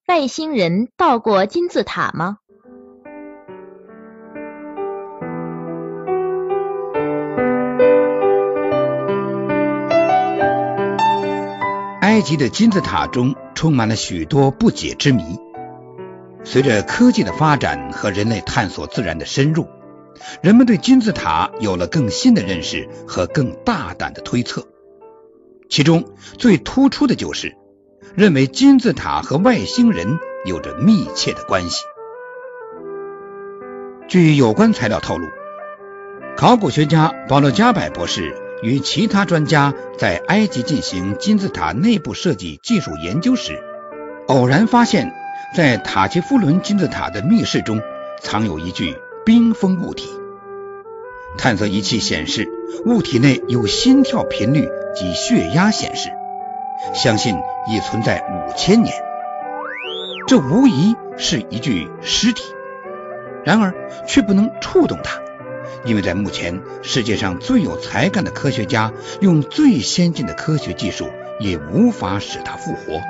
外星人到过金字塔吗？ 埃及的金字塔中充满了许多不解之谜。随着科技的发展和人类探索自然的深入，人们对金字塔有了更新的认识和更大胆的推测。其中最突出的就是认为金字塔和外星人有着密切的关系。据有关材料透露，考古学家保罗加百博士与其他专家在埃及进行金字塔内部设计技术研究时，偶然发现在塔吉夫伦金字塔的密室中藏有一具冰封物体。探测仪器显示物体内有心跳频率及血压显示，相信已存在5000年。这无疑是一具尸体，然而却不能触动它，因为在目前世界上最有才干的科学家用最先进的科学技术也无法使它复活。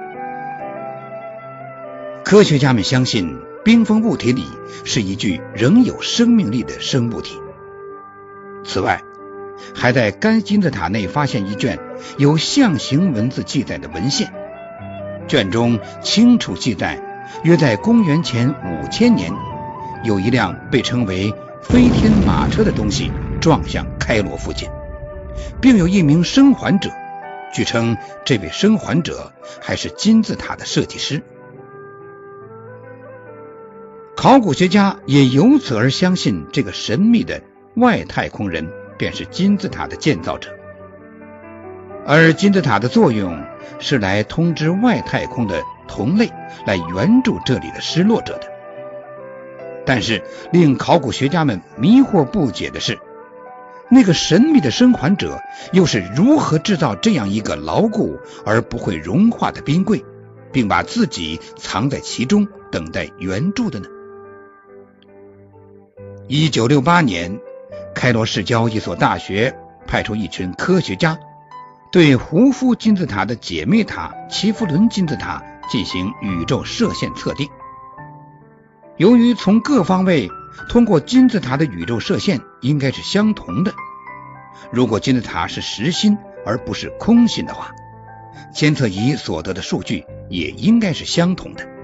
科学家们相信冰封物体里是一具仍有生命力的生物体。此外，还在该金字塔内发现一卷有象形文字记载的文献，卷中清楚记载，约在公元前5000年，有一辆被称为飞天马车的东西撞向开罗附近，并有一名生还者，据称这位生还者还是金字塔的设计师。考古学家也由此而相信这个神秘的外太空人便是金字塔的建造者，而金字塔的作用是来通知外太空的同类来援助这里的失落者的。但是令考古学家们迷惑不解的是，那个神秘的生还者又是如何制造这样一个牢固而不会融化的冰柜，并把自己藏在其中等待援助的呢？1968年，开罗市郊一所大学派出一群科学家对胡夫金字塔的姐妹塔奇夫伦金字塔进行宇宙射线测定。由于从各方位通过金字塔的宇宙射线应该是相同的，如果金字塔是实心而不是空心的话，监测仪所得的数据也应该是相同的。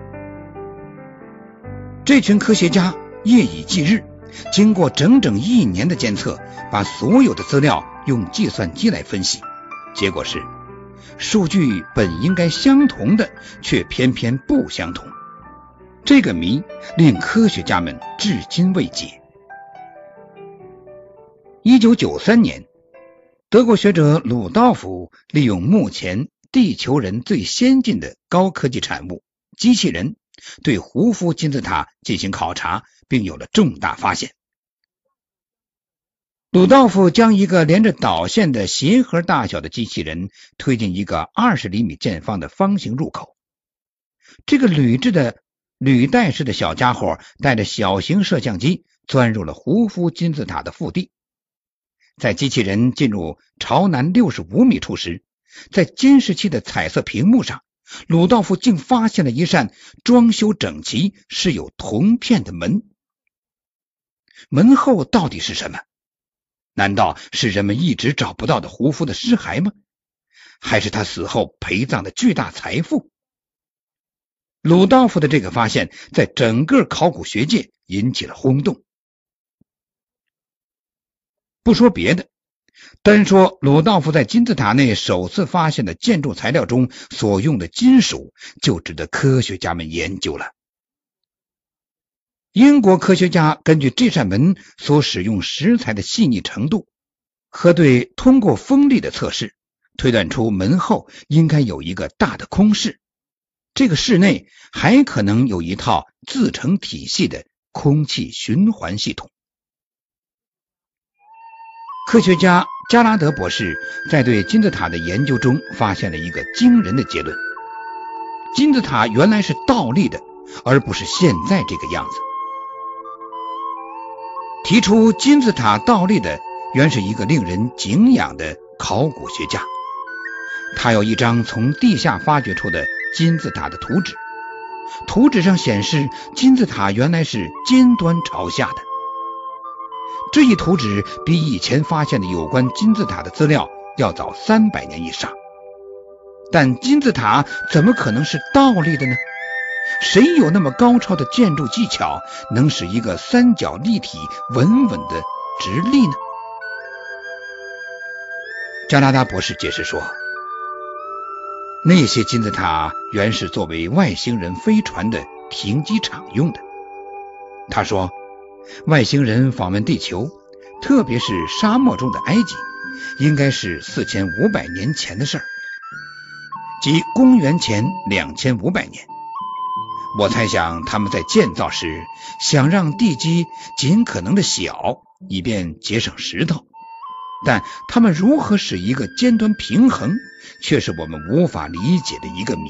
这群科学家夜以继日，经过整整1年的监测，把所有的资料用计算机来分析，结果是数据本应该相同的，却偏偏不相同。这个谜令科学家们至今未解。1993年，德国学者鲁道夫利用目前地球人最先进的高科技产物机器人，对胡夫金字塔进行考察，并有了重大发现。鲁道夫将一个连着导线的鞋盒大小的机器人推进一个20厘米见方的方形入口，这个履带式的小家伙带着小型摄像机钻入了胡夫金字塔的腹地。在机器人进入朝南65米处时，在监视器的彩色屏幕上，鲁道夫竟发现了一扇装修整齐、饰有铜片的门。门后到底是什么？难道是人们一直找不到的胡夫的尸骸吗？还是他死后陪葬的巨大财富？鲁道夫的这个发现在整个考古学界引起了轰动。不说别的，单说鲁道夫在金字塔内首次发现的建筑材料中所用的金属，就值得科学家们研究了。英国科学家根据这扇门所使用石材的细腻程度和对通过风力的测试，推断出门后应该有一个大的空室，这个室内还可能有一套自成体系的空气循环系统。科学家加拉德博士在对金字塔的研究中发现了一个惊人的结论：金字塔原来是倒立的，而不是现在这个样子。提出金字塔倒立的原是一个令人敬仰的考古学家，他有一张从地下发掘出的金字塔的图纸， 图纸上显示金字塔原来是尖端朝下的。这一图纸比以前发现的有关金字塔的资料要早300年以上。但金字塔怎么可能是倒立的呢？谁有那么高超的建筑技巧，能使一个三角立体稳稳的直立呢？加拉达博士解释说，那些金字塔原是作为外星人飞船的停机场用的。他说，外星人访问地球，特别是沙漠中的埃及，应该是4500年前的事儿，即公元前2500年。我猜想他们在建造时想让地基尽可能的小，以便节省石头，但他们如何使一个尖端平衡，却是我们无法理解的一个谜。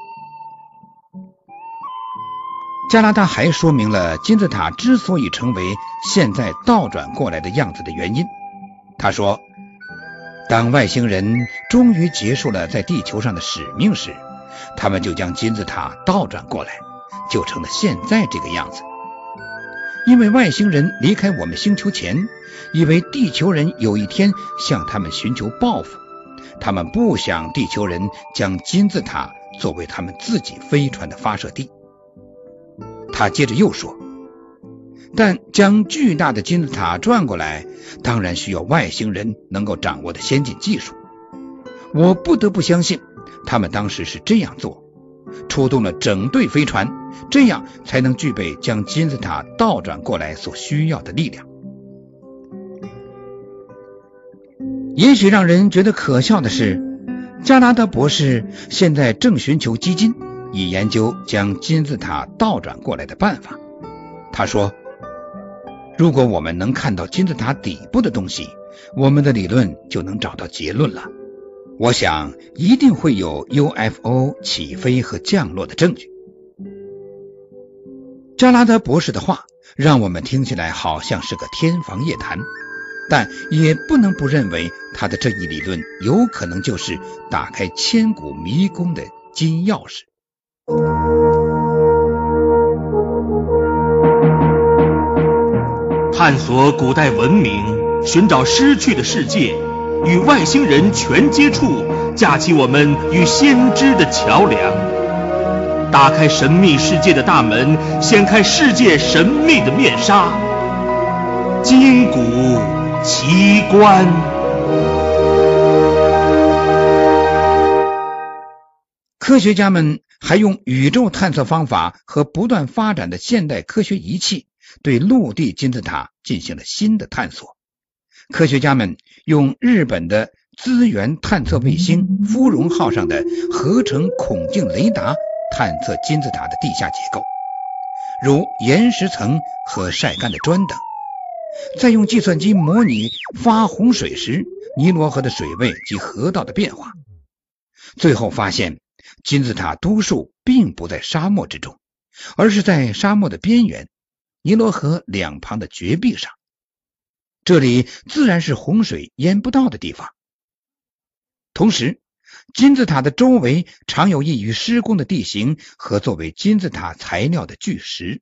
加拉达还说明了金字塔之所以成为现在倒转过来的样子的原因。他说，当外星人终于结束了在地球上的使命时，他们就将金字塔倒转过来，就成了现在这个样子。因为外星人离开我们星球前，以为地球人有一天向他们寻求报复，他们不想地球人将金字塔作为他们自己飞船的发射地。他接着又说，但将巨大的金字塔转过来，当然需要外星人能够掌握的先进技术。我不得不相信，他们当时是这样做，出动了整队飞船，这样才能具备将金字塔倒转过来所需要的力量。也许让人觉得可笑的是，加拉达博士现在正寻求基金，以研究将金字塔倒转过来的办法。他说，如果我们能看到金字塔底部的东西，我们的理论就能找到结论了。我想一定会有 UFO 起飞和降落的证据。加拉达博士的话让我们听起来好像是个天方夜谭，但也不能不认为他的这一理论有可能就是打开千古迷宫的金钥匙。 探索古代文明，寻找失去的世界，与外星人全接触，架起我们与先知的桥梁，打开神秘世界的大门，掀开世界神秘的面纱，金古奇观。 科学家们还用宇宙探测方法和不断发展的现代科学仪器，对陆地金字塔进行了新的探索。科学家们用日本的资源探测卫星芙蓉号上的合成孔径雷达探测金字塔的地下结构，如岩石层和晒干的砖等，再用计算机模拟发洪水时尼罗河的水位及河道的变化，最后发现金字塔多数并不在沙漠之中，而是在沙漠的边缘，尼罗河两旁的绝壁上。这里自然是洪水淹不到的地方。同时，金字塔的周围常有易于施工的地形和作为金字塔材料的巨石。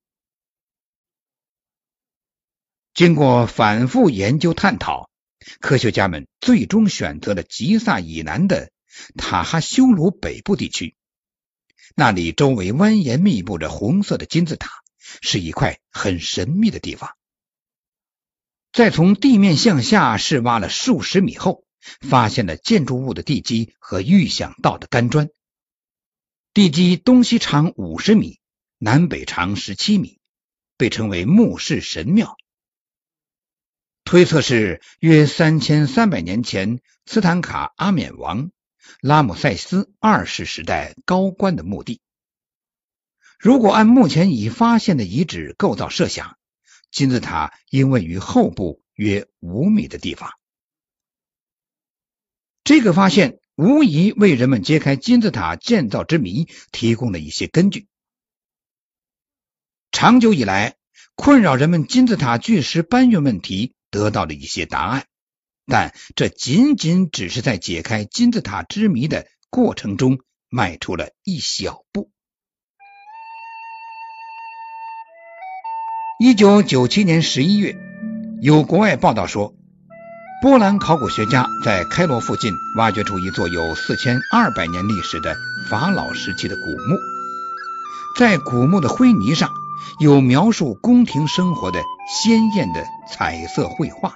经过反复研究探讨，科学家们最终选择了吉萨以南的塔哈修鲁北部地区，那里周围蜿蜒密布着红色的金字塔，是一块很神秘的地方。在从地面向下试挖了数十米后，发现了建筑物的地基和预想到的干砖。地基东西长50米，南北长17米，被称为墓室神庙。推测是约3300年前斯坦卡阿冕王拉姆塞斯2世时代高官的墓地。如果按目前已发现的遗址构造设想，金字塔应位于后部约5米的地方。这个发现无疑为人们揭开金字塔建造之谜提供了一些根据。长久以来，困扰人们金字塔巨石搬运问题得到了一些答案，但这仅仅只是在解开金字塔之谜的过程中迈出了一小步。 1997年11月，有国外报道说，波兰考古学家在开罗附近挖掘出一座有4200年历史的法老时期的古墓，在古墓的灰泥上有描述宫廷生活的鲜艳的彩色绘画。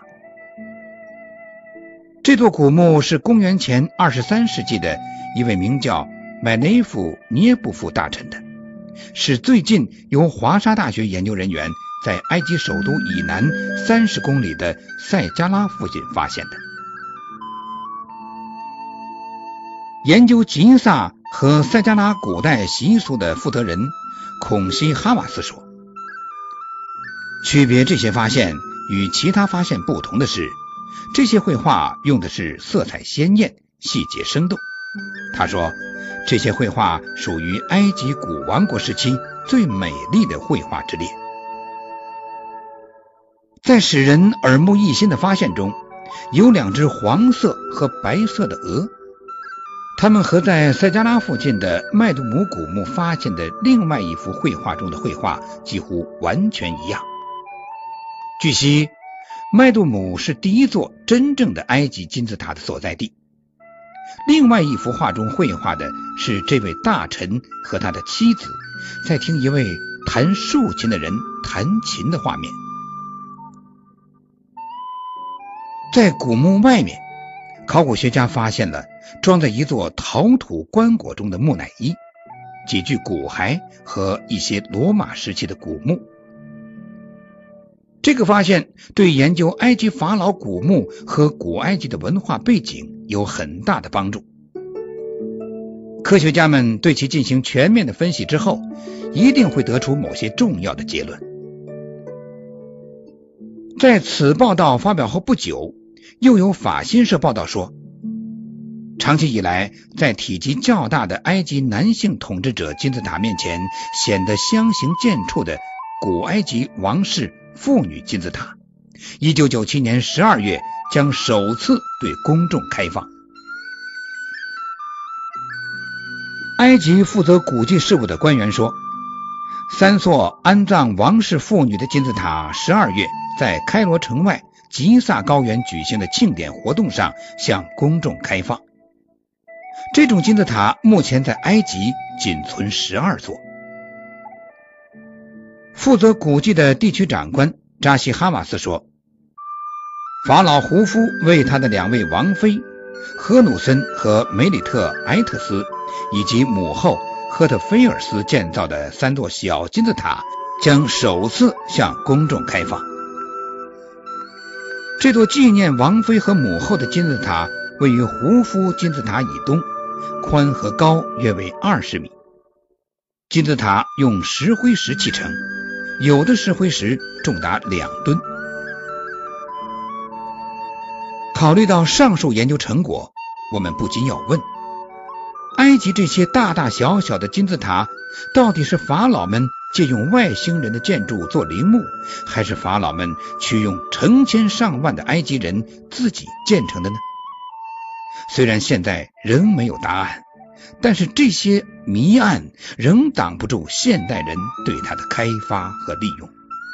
这座古墓是公元前23世纪的一位名叫麦雷夫涅布夫大臣的，是最近由华沙大学研究人员在埃及首都以南30公里的塞加拉附近发现的。研究吉萨和塞加拉古代习俗的负责人孔西哈瓦斯说，区别这些发现与其他发现不同的是，这些绘画用的是色彩鲜艳、细节生动。他说，这些绘画属于埃及古王国时期最美丽的绘画之列。在使人耳目一新的发现中，有2只黄色和白色的鹅，它们和在塞加拉附近的麦杜姆古墓发现的另外一幅绘画中的绘画几乎完全一样。据悉，麦杜姆是第一座真正的埃及金字塔的所在地。另外一幅画中绘画的是这位大臣和他的妻子在听一位弹竖琴的人弹琴的画面。在古墓外面，考古学家发现了装在一座陶土棺椁中的木乃伊、几具骨骸和一些罗马时期的古墓。这个发现对研究埃及法老古墓和古埃及的文化背景有很大的帮助。科学家们对其进行全面的分析之后，一定会得出某些重要的结论。在此报道发表后不久，又有法新社报道说，长期以来，在体积较大的埃及男性统治者金字塔面前显得相形见绌的古埃及王室妇女金字塔，1997年12月将首次对公众开放。埃及负责古迹事务的官员说，3座安葬王室妇女的金字塔12月在开罗城外吉萨高原举行的庆典活动上向公众开放。这种金字塔目前在埃及仅存12座。负责古迹的地区长官扎西哈瓦斯说，法老胡夫为他的2位王妃荷努森和梅里特埃特斯以及母后赫特菲尔斯建造的3座小金字塔将首次向公众开放。这座纪念王妃和母后的金字塔位于胡夫金字塔以东，宽和高约为20米。金字塔用石灰石砌成，有的石灰石重达2吨。考虑到上述研究成果，我们不禁要问，埃及这些大大小小的金字塔到底是法老们借用外星人的建筑做陵墓，还是法老们取用成千上万的埃及人自己建成的呢？虽然现在仍没有答案，但是这些谜案仍挡不住现代人对它的开发和利用。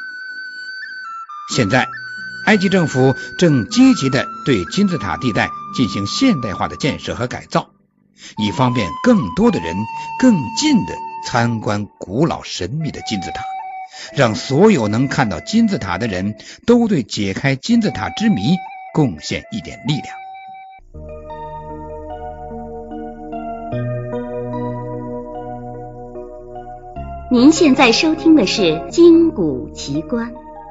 现在埃及政府正积极地对金字塔地带进行现代化的建设和改造，以方便更多的人更近地参观古老神秘的金字塔，让所有能看到金字塔的人都对解开金字塔之谜贡献一点力量。 您现在收听的是《今古奇观》。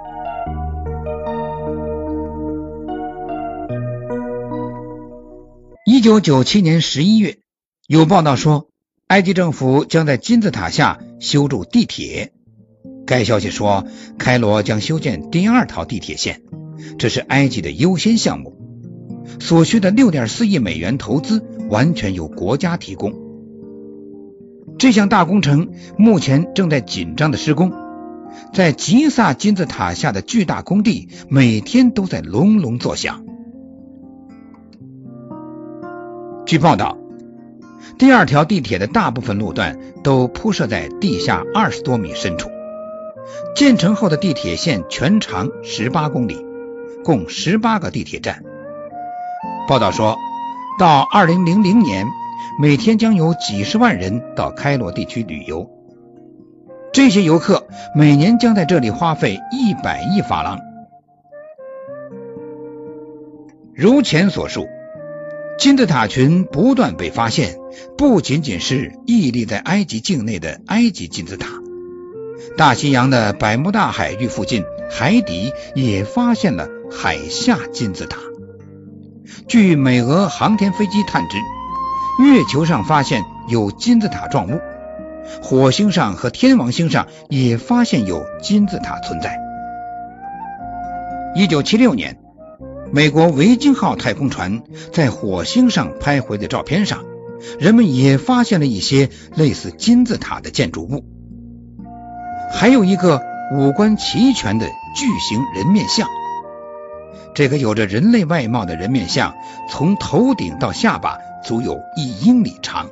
1997年11月，有报道说，埃及政府将在金字塔下修筑地铁。该消息说，开罗将修建第2条地铁线，这是埃及的优先项目。所需的 6.4 亿美元投资完全由国家提供。这项大工程目前正在紧张的施工，在吉萨金字塔下的巨大工地每天都在隆隆作响。据报道，第2条地铁的大部分路段都铺设在地下20多米深处， 建成后的地铁线全长18公里，共18个地铁站。报道说，到2000年，每天将有几十万人到开罗地区旅游，这些游客每年将在这里花费100亿法郎。如前所述，金字塔群不断被发现，不仅仅是屹立在埃及境内的埃及金字塔，大西洋的百慕大海域附近海底也发现了海下金字塔。据美俄航天飞机探知，月球上发现有金字塔状物，火星上和天王星上也发现有金字塔存在。1976年，美国维京号太空船在火星上拍回的照片上，人们也发现了一些类似金字塔的建筑物，还有一个五官齐全的巨型人面像。这个有着人类外貌的人面像，从头顶到下巴足有1英里长。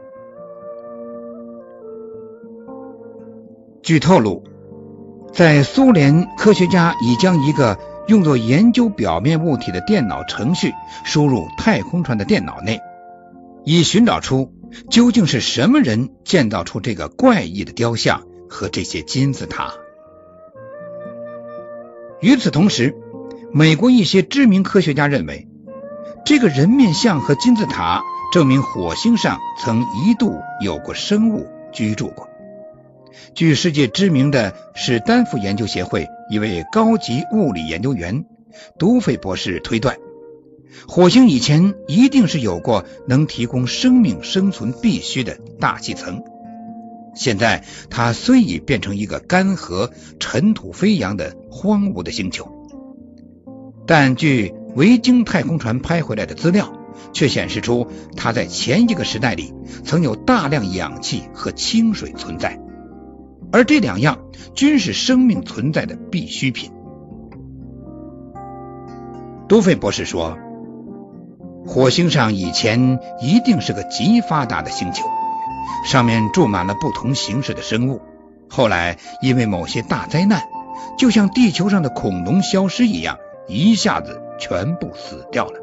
据透露，在苏联，科学家已将一个用作研究表面物体的电脑程序输入太空船的电脑内，以寻找出究竟是什么人建造出这个怪异的雕像和这些金字塔。与此同时，美国一些知名科学家认为，这个人面像和金字塔证明火星上曾一度有过生物居住过。据世界知名的史丹福研究协会一位高级物理研究员杜菲博士推断，火星以前一定是有过能提供生命生存必须的大气层，现在它虽已变成一个干涸尘土飞扬的荒芜的星球，但据维京太空船拍回来的资料却显示出它在前一个时代里曾有大量氧气和清水存在，而这两样均是生命存在的必需品。杜菲博士说，火星上以前一定是个极发达的星球，上面住满了不同形式的生物，后来因为某些大灾难，就像地球上的恐龙消失一样，一下子全部死掉了。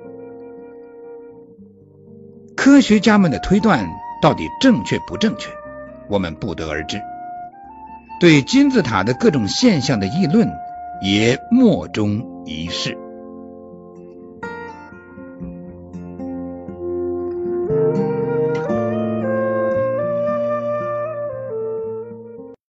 科学家们的推断到底正确不正确，我们不得而知。对金字塔的各种现象的议论也莫衷一是。